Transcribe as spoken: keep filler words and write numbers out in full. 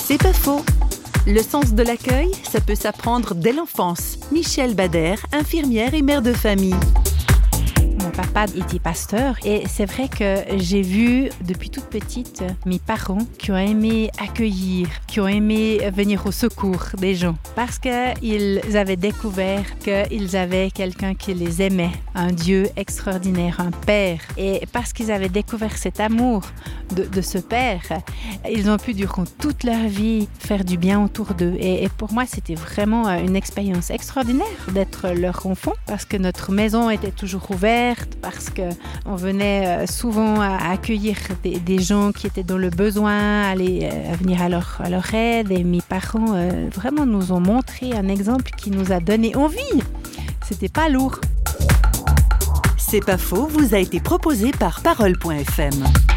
C'est pas faux. Le sens de l'accueil, ça peut s'apprendre dès l'enfance. Michèle Bader, infirmière et mère de famille. Mon papa était pasteur et c'est vrai que j'ai vu depuis toute petite mes parents qui ont aimé accueillir, qui ont aimé venir au secours des gens parce qu'ils avaient découvert qu'ils avaient quelqu'un qui les aimait, un Dieu extraordinaire, un Père. Et parce qu'ils avaient découvert cet amour de, de ce Père, ils ont pu durant toute leur vie faire du bien autour d'eux. Et, et pour moi, c'était vraiment une expérience extraordinaire d'être leur enfant parce que notre maison était toujours ouverte, parce qu'on venait souvent à accueillir des, des gens qui étaient dans le besoin, aller à venir à leur, à leur aide. Et mes parents euh, vraiment nous ont montré un exemple qui nous a donné envie. C'était pas lourd. C'est pas faux, vous a été proposé par parole point f m.